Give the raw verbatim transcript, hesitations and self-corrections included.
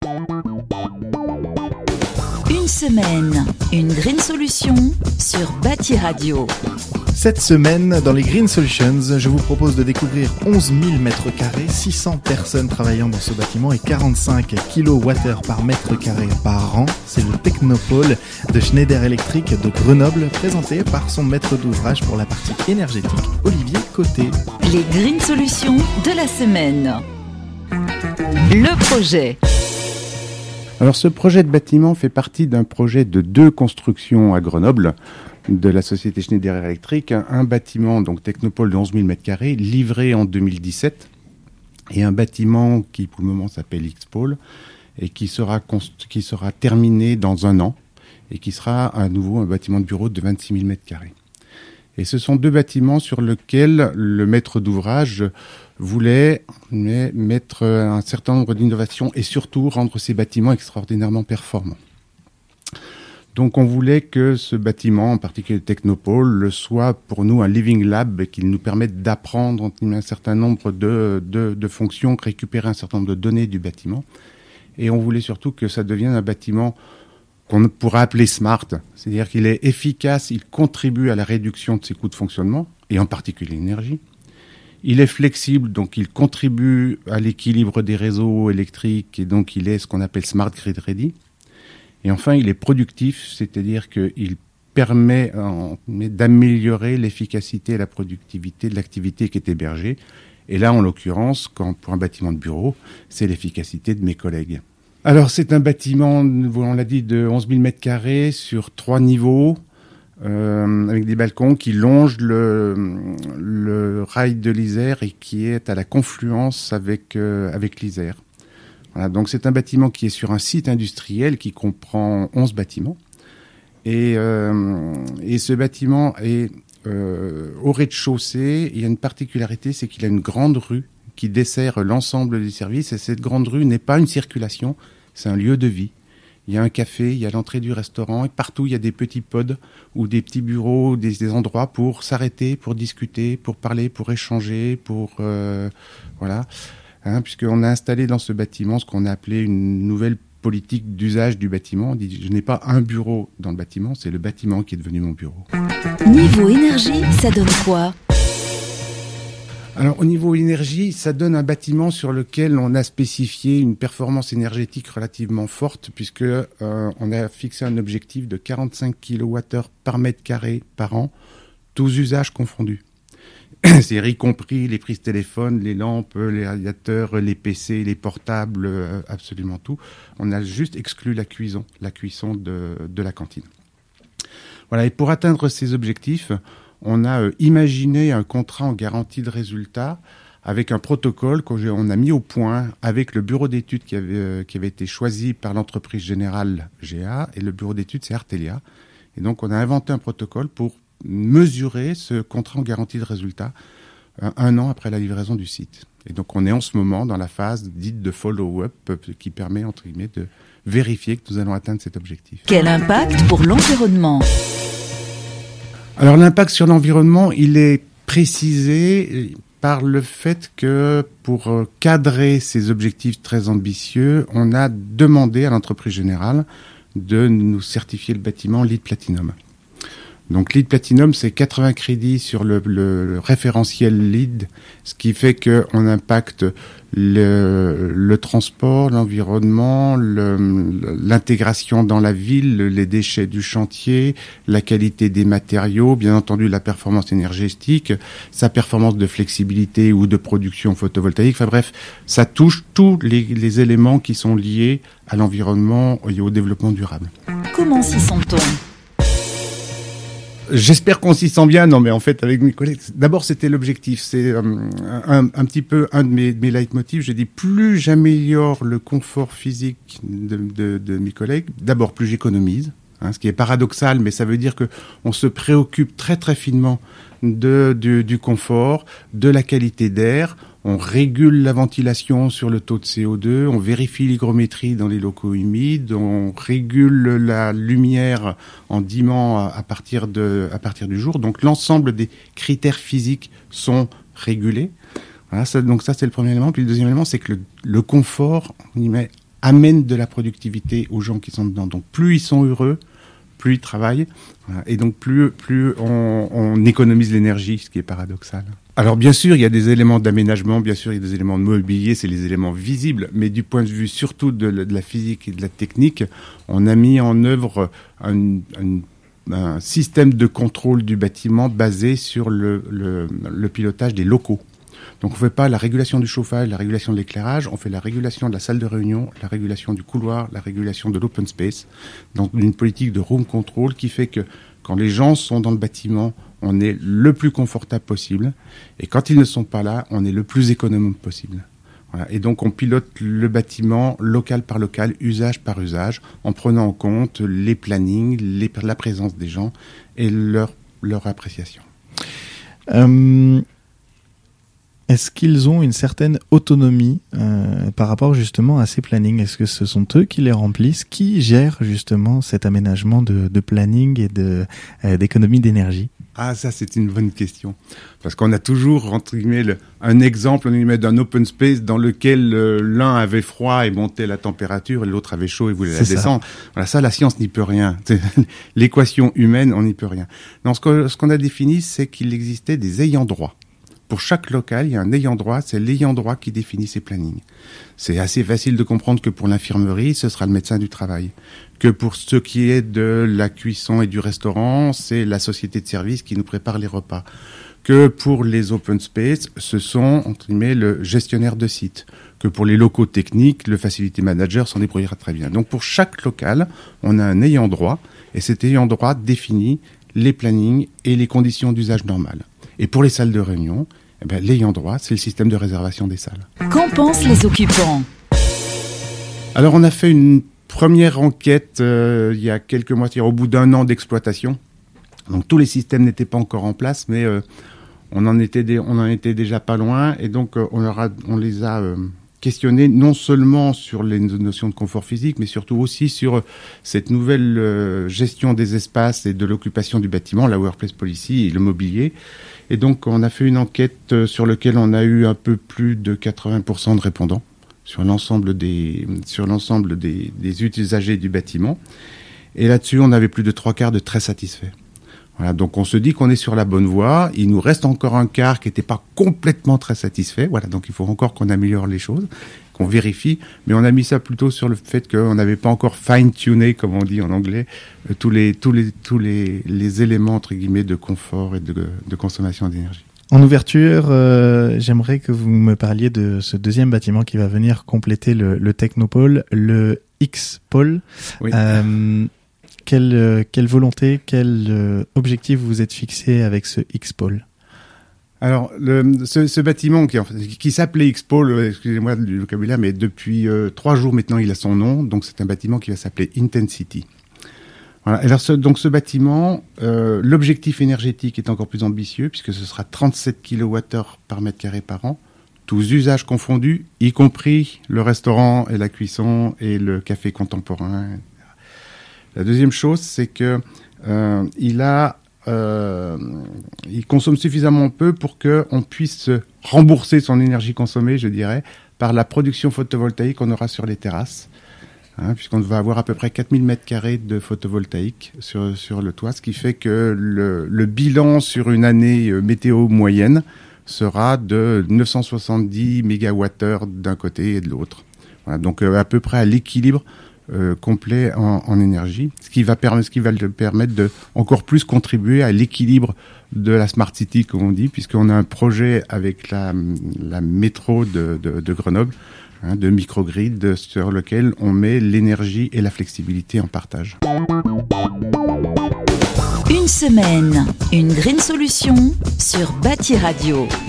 Une semaine, une Green Solution sur Bâti Radio. Cette semaine, dans les Green Solutions, je vous propose de découvrir onze mille mètres carrés, six cents personnes travaillant dans ce bâtiment et quarante-cinq kilowattheures par mètre carré par an. C'est le Technopôle de Schneider Electric de Grenoble, présenté par son maître d'ouvrage pour la partie énergétique, Olivier Côté. Les Green Solutions de la semaine. Le projet. Alors ce projet de bâtiment fait partie d'un projet de deux constructions à Grenoble de la société Schneider Electric, un, un bâtiment donc Technopôle de onze mille mètres carrés livré en deux mille dix-sept et un bâtiment qui pour le moment s'appelle X-Pôle et qui sera const- qui sera terminé dans un an et qui sera à nouveau un bâtiment de bureau de vingt-six mille mètres carrés. Et ce sont deux bâtiments sur lesquels le maître d'ouvrage voulait mettre un certain nombre d'innovations et surtout rendre ces bâtiments extraordinairement performants. Donc on voulait que ce bâtiment, en particulier le Technopôle, soit pour nous un living lab et qu'il nous permette d'apprendre un certain nombre de, de, de fonctions, récupérer un certain nombre de données du bâtiment. Et on voulait surtout que ça devienne un bâtiment qu'on pourra appeler smart, c'est-à-dire qu'il est efficace, il contribue à la réduction de ses coûts de fonctionnement, et en particulier l'énergie. Il est flexible, donc il contribue à l'équilibre des réseaux électriques, et donc il est ce qu'on appelle smart grid ready. Et enfin, il est productif, c'est-à-dire qu'il permet en, d'améliorer l'efficacité et la productivité de l'activité qui est hébergée. Et là, en l'occurrence, quand, pour un bâtiment de bureau, c'est l'efficacité de mes collègues. Alors, c'est un bâtiment, on l'a dit, de onze mille mètres carrés sur trois niveaux, euh, avec des balcons qui longent le, le rail de l'Isère et qui est à la confluence avec, euh, avec l'Isère. Voilà, donc c'est un bâtiment qui est sur un site industriel qui comprend onze bâtiments. Et, euh, et ce bâtiment est euh, au rez-de-chaussée. Il y a une particularité, c'est qu'il a une grande rue qui dessert l'ensemble des services. Et cette grande rue n'est pas une circulation, c'est un lieu de vie. Il y a un café, il y a l'entrée du restaurant, et partout il y a des petits pods ou des petits bureaux, des, des endroits pour s'arrêter, pour discuter, pour parler, pour échanger, pour... Euh, voilà... Hein, puisqu'on a installé dans ce bâtiment ce qu'on a appelé une nouvelle politique d'usage du bâtiment. On dit, je n'ai pas un bureau dans le bâtiment, c'est le bâtiment qui est devenu mon bureau. Niveau énergie, ça donne quoi ? Alors, au niveau énergie, ça donne un bâtiment sur lequel on a spécifié une performance énergétique relativement forte, puisque euh, on a fixé un objectif de quarante-cinq kilowattheures par mètre carré par an, tous usages confondus. C'est y compris les prises téléphone, les lampes, les radiateurs, les P C, les portables, absolument tout. On a juste exclu la cuisson, la cuisson de, de la cantine. Voilà. Et pour atteindre ces objectifs, on a euh, imaginé un contrat en garantie de résultat avec un protocole qu'on a mis au point avec le bureau d'études qui avait, euh, qui avait été choisi par l'entreprise générale G A et le bureau d'études c'est Artelia. Et donc on a inventé un protocole pour mesurer ce contrat en garantie de résultat un, un an après la livraison du site. Et donc on est en ce moment dans la phase dite de follow-up qui permet entre guillemets de vérifier que nous allons atteindre cet objectif. Quel impact pour l'environnement ? Alors l'impact sur l'environnement, il est précisé par le fait que pour cadrer ces objectifs très ambitieux, on a demandé à l'entreprise générale de nous certifier le bâtiment LEED Platinum. Donc LEED Platinum, c'est quatre-vingts crédits sur le, le, le référentiel LEED, ce qui fait qu'on impacte le, le transport, l'environnement, le, l'intégration dans la ville, les déchets du chantier, la qualité des matériaux, bien entendu la performance énergétique, sa performance de flexibilité ou de production photovoltaïque. Enfin bref, ça touche tous les, les éléments qui sont liés à l'environnement et au développement durable. Comment s'y sent-on ? J'espère qu'on s'y sent bien. Non, mais en fait, avec mes collègues, d'abord, c'était l'objectif. C'est euh, un, un petit peu un de mes, mes leitmotifs. J'ai dit, plus j'améliore le confort physique de, de, de mes collègues, d'abord, plus j'économise. Hein, ce qui est paradoxal, mais ça veut dire que on se préoccupe très très finement de, du, du confort, de la qualité d'air. On régule la ventilation sur le taux de C O deux, on vérifie l'hygrométrie dans les locaux humides, on régule la lumière en dimmant à partir de, à partir du jour. Donc l'ensemble des critères physiques sont régulés. Voilà, ça, donc ça c'est le premier élément. Puis le deuxième élément, c'est que le, le confort, on y met amène de la productivité aux gens qui sont dedans. Donc plus ils sont heureux, plus ils travaillent, voilà, et donc plus, plus on, on économise l'énergie, ce qui est paradoxal. Alors bien sûr, il y a des éléments d'aménagement, bien sûr, il y a des éléments de mobilier, c'est les éléments visibles, mais du point de vue surtout de, de la physique et de la technique, on a mis en œuvre un, un, un système de contrôle du bâtiment basé sur le, le, le pilotage des locaux. Donc on ne fait pas la régulation du chauffage, la régulation de l'éclairage, on fait la régulation de la salle de réunion, la régulation du couloir, la régulation de l'open space, donc une politique de room control qui fait que quand les gens sont dans le bâtiment, on est le plus confortable possible, et quand ils ne sont pas là, on est le plus économe possible. Voilà. Et donc on pilote le bâtiment local par local, usage par usage, en prenant en compte les plannings, les, la présence des gens et leur, leur appréciation. Euh... Est-ce qu'ils ont une certaine autonomie euh, par rapport justement à ces plannings ? Est-ce que ce sont eux qui les remplissent ? Qui gère justement cet aménagement de, de planning et de, euh, d'économie d'énergie ? Ah, ça c'est une bonne question. Parce qu'on a toujours, entre guillemets, le, un exemple d'un open space dans lequel euh, l'un avait froid et montait la température et l'autre avait chaud et voulait la descendre. Voilà, ça la science n'y peut rien. L'équation humaine, on n'y peut rien. Non, ce, que, ce qu'on a défini, c'est qu'il existait des ayants droit. Pour chaque local, il y a un ayant droit, c'est l'ayant droit qui définit ses plannings. C'est assez facile de comprendre que pour l'infirmerie, ce sera le médecin du travail. Que pour ce qui est de la cuisson et du restaurant, c'est la société de service qui nous prépare les repas. Que pour les open space, ce sont, entre guillemets, le gestionnaire de site. Que pour les locaux techniques, le facility manager s'en débrouillera très bien. Donc pour chaque local, on a un ayant droit, et cet ayant droit définit les plannings et les conditions d'usage normales. Et pour les salles de réunion, eh ben, l'ayant droit, c'est le système de réservation des salles. Qu'en pensent les occupants ? Alors, on a fait une première enquête euh, il y a quelques mois, au bout d'un an d'exploitation. Donc, tous les systèmes n'étaient pas encore en place, mais euh, on, en était dé- on en était déjà pas loin. Et donc, euh, on, leur a, on les a euh, questionnés non seulement sur les notions de confort physique, mais surtout aussi sur euh, cette nouvelle euh, gestion des espaces et de l'occupation du bâtiment, la workplace policy et le mobilier. Et donc, on a fait une enquête sur laquelle on a eu un peu plus de quatre-vingts pour cent de répondants sur l'ensemble des, sur l'ensemble des, des usagers du bâtiment. Et là-dessus, on avait plus de trois quarts de très satisfaits. Voilà, donc on se dit qu'on est sur la bonne voie. Il nous reste encore un quart qui n'était pas complètement très satisfait. Voilà, donc il faut encore qu'on améliore les choses, qu'on vérifie. Mais on a mis ça plutôt sur le fait qu'on n'avait pas encore fine-tuné, comme on dit en anglais, euh, tous les tous les tous les, les éléments entre guillemets de confort et de, de consommation d'énergie. En ouverture, euh, j'aimerais que vous me parliez de ce deuxième bâtiment qui va venir compléter le, le Technopôle, le X-Pôle. Oui. Euh, Quelle, euh, quelle volonté, quel euh, objectif vous vous êtes fixé avec ce X-Pôle ? Alors, le, ce, ce bâtiment qui, qui s'appelait X-Pôle, excusez-moi du vocabulaire, mais depuis euh, trois jours maintenant, il a son nom. Donc, c'est un bâtiment qui va s'appeler Intensity. Voilà. Alors, ce, donc, ce bâtiment, euh, l'objectif énergétique est encore plus ambitieux puisque ce sera trente-sept kilowattheures par mètre carré par an, tous usages confondus, y compris le restaurant et la cuisson et le café contemporain. La deuxième chose, c'est que euh, il a, euh, il consomme suffisamment peu pour que on puisse rembourser son énergie consommée, je dirais, par la production photovoltaïque qu'on aura sur les terrasses, hein, puisqu'on va avoir à peu près quatre mille mètres carrés de photovoltaïque sur sur le toit, ce qui fait que le, le bilan sur une année euh, météo moyenne sera de neuf cent soixante-dix mégawattheures d'un côté et de l'autre. Voilà, donc euh, à peu près à l'équilibre Euh, complet en, en énergie, ce qui va permettre, ce qui va le permettre de encore plus contribuer à l'équilibre de la Smart City, comme on dit, puisqu'on a un projet avec la, la métro de, de, de Grenoble, hein, de microgrid, sur lequel on met l'énergie et la flexibilité en partage. Une semaine, une green solution sur Bâti Radio.